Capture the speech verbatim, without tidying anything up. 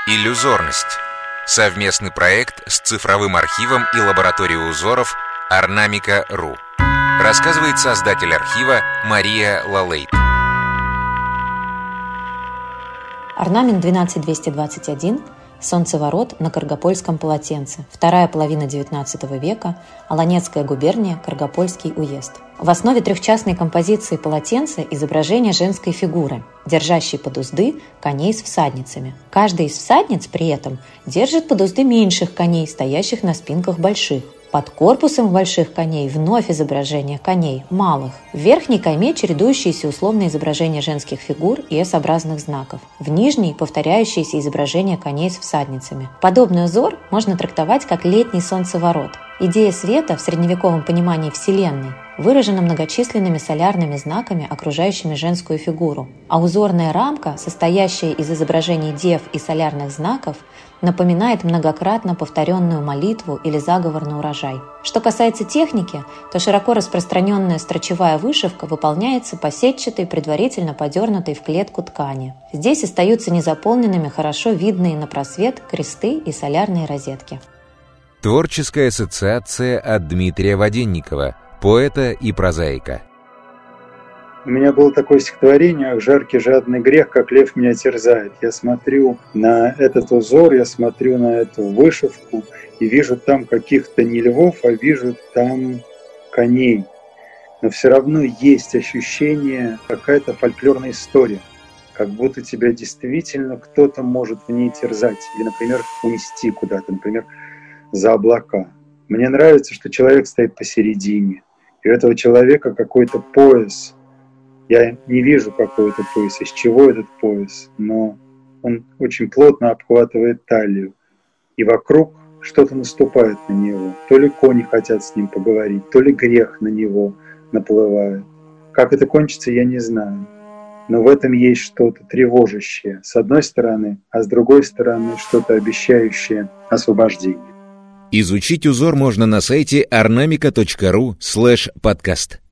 Иллюзорность. Совместный проект с цифровым архивом и лабораторией узоров Орнамика точка ру. Рассказывает создатель архива Мария Лалейт. Орнамент двенадцать двести двадцать один. Солнцеворот на Каргопольском полотенце. Вторая половина девятнадцатого века. Аланецкая губерния, Каргопольский уезд. В основе трехчастной композиции полотенца изображение женской фигуры, держащей под узды коней с всадницами. Каждая из всадниц при этом держит под узды меньших коней, стоящих на спинках больших. Под корпусом больших коней вновь изображение коней малых. В верхней кайме чередующиеся условные изображения женских фигур и S-образных знаков. В нижней повторяющиеся изображения коней с всадницами. Подобный узор можно трактовать как летний солнцеворот. Идея света в средневековом понимании Вселенной выражена многочисленными солярными знаками, окружающими женскую фигуру, а узорная рамка, состоящая из изображений дев и солярных знаков, напоминает многократно повторенную молитву или заговор на урожай. Что касается техники, то широко распространенная строчевая вышивка выполняется по сетчатой, предварительно подернутой в клетку ткани. Здесь остаются незаполненными хорошо видные на просвет кресты и солярные розетки. Творческая ассоциация от Дмитрия Воденникова, поэта и прозаика. У меня было такое стихотворение: «Ах, жаркий жадный грех, как лев меня терзает». Я смотрю на этот узор, я смотрю на эту вышивку и вижу там каких-то не львов, а вижу там коней. Но все равно есть ощущение, какая-то фольклорная история, как будто тебя действительно кто-то может в ней терзать или, например, унести куда-то, например, за облака. Мне нравится, что человек стоит посередине, и у этого человека какой-то пояс. Я не вижу, какой это пояс, из чего этот пояс, но он очень плотно обхватывает талию, и вокруг что-то наступает на него. То ли кони хотят с ним поговорить, то ли грех на него наплывает. Как это кончится, я не знаю. Но в этом есть что-то тревожащее, с одной стороны, а с другой стороны что-то обещающее освобождение. Изучить узор можно на сайте орнамика точка ру слэш подкаст.